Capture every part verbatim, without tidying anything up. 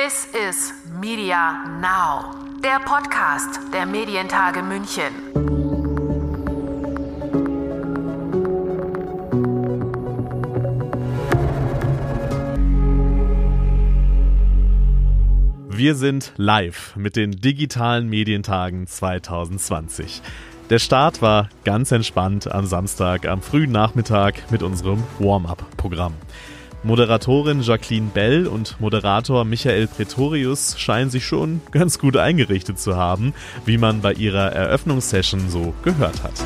This is Media Now, der Podcast der Medientage München. Wir sind live mit den digitalen Medientagen zwanzig zwanzig. Der Start war ganz entspannt am Samstag am frühen Nachmittag mit unserem Warm-up-Programm. Moderatorin Jacqueline Bell und Moderator Michael Pretorius scheinen sich schon ganz gut eingerichtet zu haben, wie man bei ihrer Eröffnungssession so gehört hat.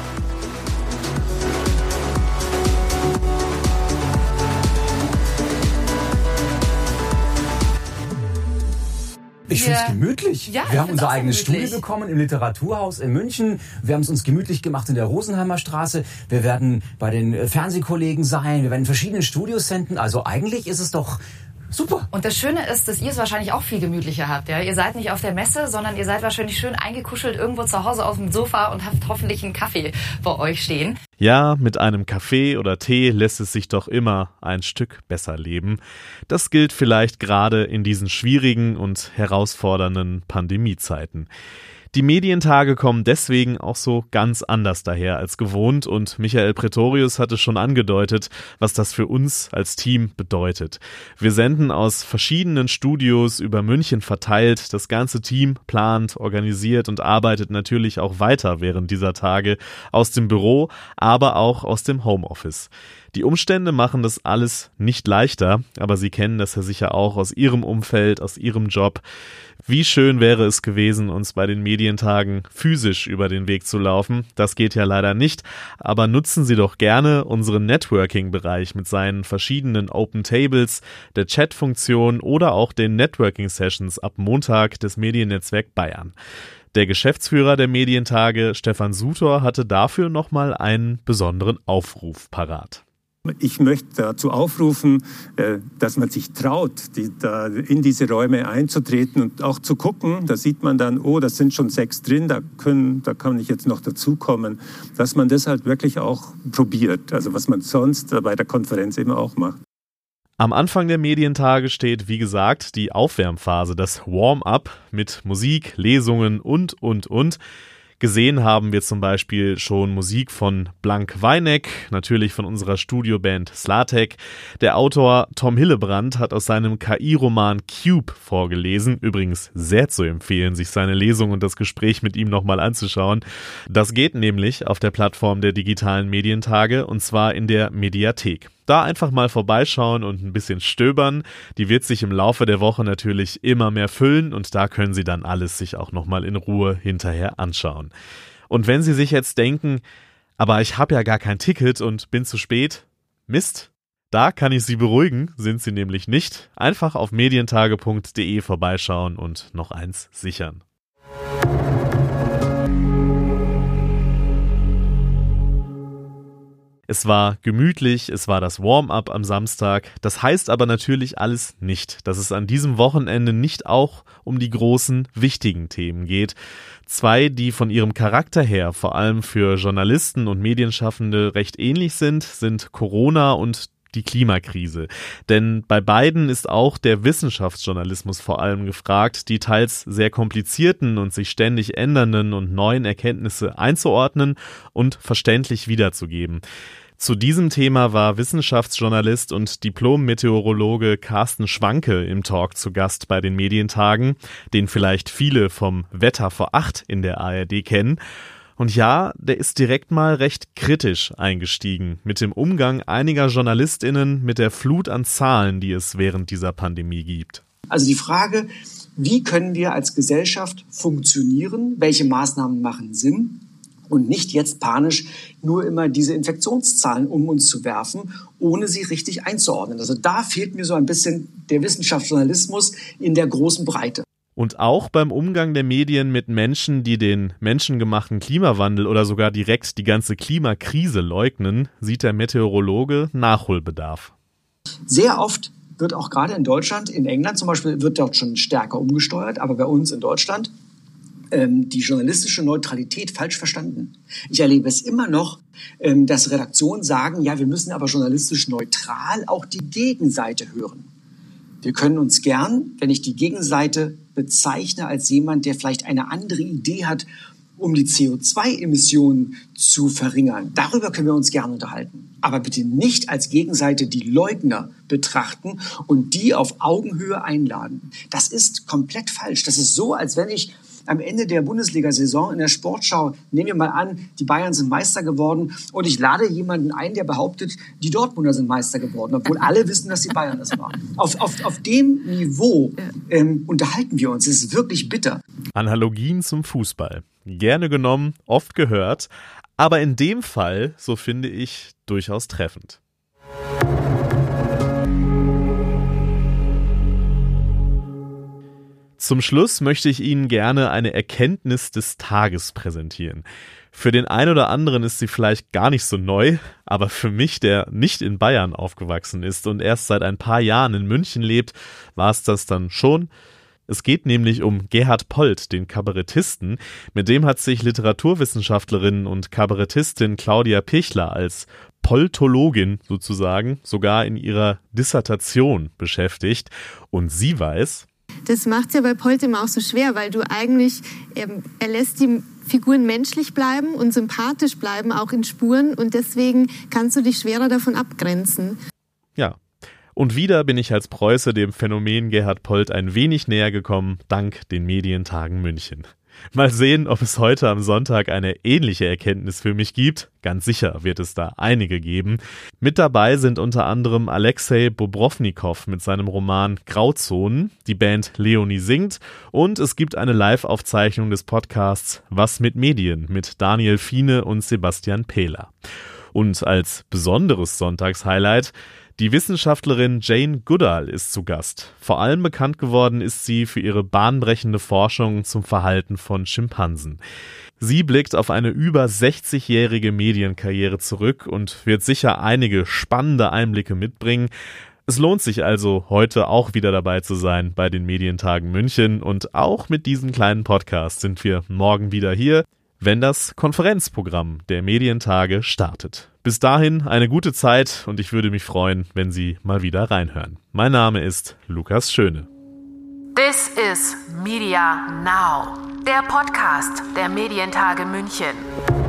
Ich finde es gemütlich. Ja, wir haben unser eigenes gemütlich. Studio bekommen im Literaturhaus in München. Wir haben es uns gemütlich gemacht in der Rosenheimer Straße. Wir werden bei den Fernsehkollegen sein. Wir werden in verschiedenen Studios senden. Also eigentlich ist es doch super. Und das Schöne ist, dass ihr es wahrscheinlich auch viel gemütlicher habt. Ja? Ihr seid nicht auf der Messe, sondern ihr seid wahrscheinlich schön eingekuschelt irgendwo zu Hause auf dem Sofa und habt hoffentlich einen Kaffee bei euch stehen. Ja, mit einem Kaffee oder Tee lässt es sich doch immer ein Stück besser leben. Das gilt vielleicht gerade in diesen schwierigen und herausfordernden Pandemiezeiten. Die Medientage kommen deswegen auch so ganz anders daher als gewohnt und Michael Pretorius hatte schon angedeutet, was das für uns als Team bedeutet. Wir senden aus verschiedenen Studios über München verteilt. Das ganze Team plant, organisiert und arbeitet natürlich auch weiter während dieser Tage aus dem Büro, aber auch aus dem Homeoffice. Die Umstände machen das alles nicht leichter, aber Sie kennen das ja sicher auch aus Ihrem Umfeld, aus Ihrem Job. Wie schön wäre es gewesen, uns bei den Medientagen physisch über den Weg zu laufen. Das geht ja leider nicht, aber nutzen Sie doch gerne unseren Networking-Bereich mit seinen verschiedenen Open Tables, der Chat-Funktion oder auch den Networking-Sessions ab Montag des Mediennetzwerk Bayern. Der Geschäftsführer der Medientage, Stefan Sutor, hatte dafür nochmal einen besonderen Aufruf parat. Ich möchte dazu aufrufen, dass man sich traut, die, da in diese Räume einzutreten und auch zu gucken. Da sieht man dann, oh, das sind schon sechs drin, da, können, da kann ich jetzt noch dazukommen. Dass man das halt wirklich auch probiert, also was man sonst bei der Konferenz eben auch macht. Am Anfang der Medientage steht, wie gesagt, die Aufwärmphase, das Warm-up mit Musik, Lesungen und, und, und. Gesehen haben wir zum Beispiel schon Musik von Blank Weineck, natürlich von unserer Studioband Slatek. Der Autor Tom Hillebrand hat aus seinem K I-Roman Cube vorgelesen. Übrigens sehr zu empfehlen, sich seine Lesung und das Gespräch mit ihm nochmal anzuschauen. Das geht nämlich auf der Plattform der digitalen Medientage und zwar in der Mediathek. Da einfach mal vorbeischauen und ein bisschen stöbern. Die wird sich im Laufe der Woche natürlich immer mehr füllen und da können Sie dann alles sich auch nochmal in Ruhe hinterher anschauen. Und wenn Sie sich jetzt denken, aber ich habe ja gar kein Ticket und bin zu spät, Mist, da kann ich Sie beruhigen, sind Sie nämlich nicht. Einfach auf medientage punkt de vorbeischauen und noch eins sichern. Es war gemütlich, es war das Warm-up am Samstag. Das heißt aber natürlich alles nicht, dass es an diesem Wochenende nicht auch um die großen, wichtigen Themen geht. Zwei, die von ihrem Charakter her vor allem für Journalisten und Medienschaffende recht ähnlich sind, sind Corona und die Klimakrise. Denn bei beiden ist auch der Wissenschaftsjournalismus vor allem gefragt, die teils sehr komplizierten und sich ständig ändernden und neuen Erkenntnisse einzuordnen und verständlich wiederzugeben. Zu diesem Thema war Wissenschaftsjournalist und Diplom-Meteorologe Carsten Schwanke im Talk zu Gast bei den Medientagen, den vielleicht viele vom Wetter vor acht in der A R D kennen. Und ja, der ist direkt mal recht kritisch eingestiegen mit dem Umgang einiger JournalistInnen mit der Flut an Zahlen, die es während dieser Pandemie gibt. Also die Frage, wie können wir als Gesellschaft funktionieren, welche Maßnahmen machen Sinn und nicht jetzt panisch nur immer diese Infektionszahlen um uns zu werfen, ohne sie richtig einzuordnen. Also da fehlt mir so ein bisschen der Wissenschaftsjournalismus in der großen Breite. Und auch beim Umgang der Medien mit Menschen, die den menschengemachten Klimawandel oder sogar direkt die ganze Klimakrise leugnen, sieht der Meteorologe Nachholbedarf. Sehr oft wird auch gerade in Deutschland, in England zum Beispiel, wird dort schon stärker umgesteuert, aber bei uns in Deutschland ähm, die journalistische Neutralität falsch verstanden. Ich erlebe es immer noch, ähm, dass Redaktionen sagen, ja, wir müssen aber journalistisch neutral auch die Gegenseite hören. Wir können uns gern, wenn ich die Gegenseite bezeichne, als jemand, der vielleicht eine andere Idee hat, um die C O zwei Emissionen zu verringern. Darüber können wir uns gern unterhalten. Aber bitte nicht als Gegenseite die Leugner betrachten und die auf Augenhöhe einladen. Das ist komplett falsch. Das ist so, als wenn ich am Ende der Bundesliga-Saison in der Sportschau, nehmen wir mal an, die Bayern sind Meister geworden und ich lade jemanden ein, der behauptet, die Dortmunder sind Meister geworden, obwohl alle wissen, dass die Bayern das waren. Auf, auf, auf dem Niveau ähm, unterhalten wir uns. Es ist wirklich bitter. Analogien zum Fußball. Gerne genommen, oft gehört, aber in dem Fall, so finde ich, durchaus treffend. Zum Schluss möchte ich Ihnen gerne eine Erkenntnis des Tages präsentieren. Für den einen oder anderen ist sie vielleicht gar nicht so neu, aber für mich, der nicht in Bayern aufgewachsen ist und erst seit ein paar Jahren in München lebt, war es das dann schon. Es geht nämlich um Gerhard Polt, den Kabarettisten. Mit dem hat sich Literaturwissenschaftlerin und Kabarettistin Claudia Pichler als Poltologin sozusagen sogar in ihrer Dissertation beschäftigt. Und sie weiß: Das macht es ja bei Polt immer auch so schwer, weil du eigentlich, ähm, er lässt die Figuren menschlich bleiben und sympathisch bleiben, auch in Spuren. Und deswegen kannst du dich schwerer davon abgrenzen. Ja. Und wieder bin ich als Preuße dem Phänomen Gerhard Polt ein wenig näher gekommen, dank den Medientagen München. Mal sehen, ob es heute am Sonntag eine ähnliche Erkenntnis für mich gibt. Ganz sicher wird es da einige geben. Mit dabei sind unter anderem Alexei Bobrovnikow mit seinem Roman Grauzonen, die Band Leonie singt und es gibt eine Live-Aufzeichnung des Podcasts Was mit Medien mit Daniel Fiene und Sebastian Pehler. Und als besonderes Sonntagshighlight: die Wissenschaftlerin Jane Goodall ist zu Gast. Vor allem bekannt geworden ist sie für ihre bahnbrechende Forschung zum Verhalten von Schimpansen. Sie blickt auf eine über sechzigjährige Medienkarriere zurück und wird sicher einige spannende Einblicke mitbringen. Es lohnt sich also, heute auch wieder dabei zu sein bei den Medientagen München. Und auch mit diesem kleinen Podcast sind wir morgen wieder hier, wenn das Konferenzprogramm der Medientage startet. Bis dahin eine gute Zeit und ich würde mich freuen, wenn Sie mal wieder reinhören. Mein Name ist Lukas Schöne. This is Media Now, der Podcast der Medientage München.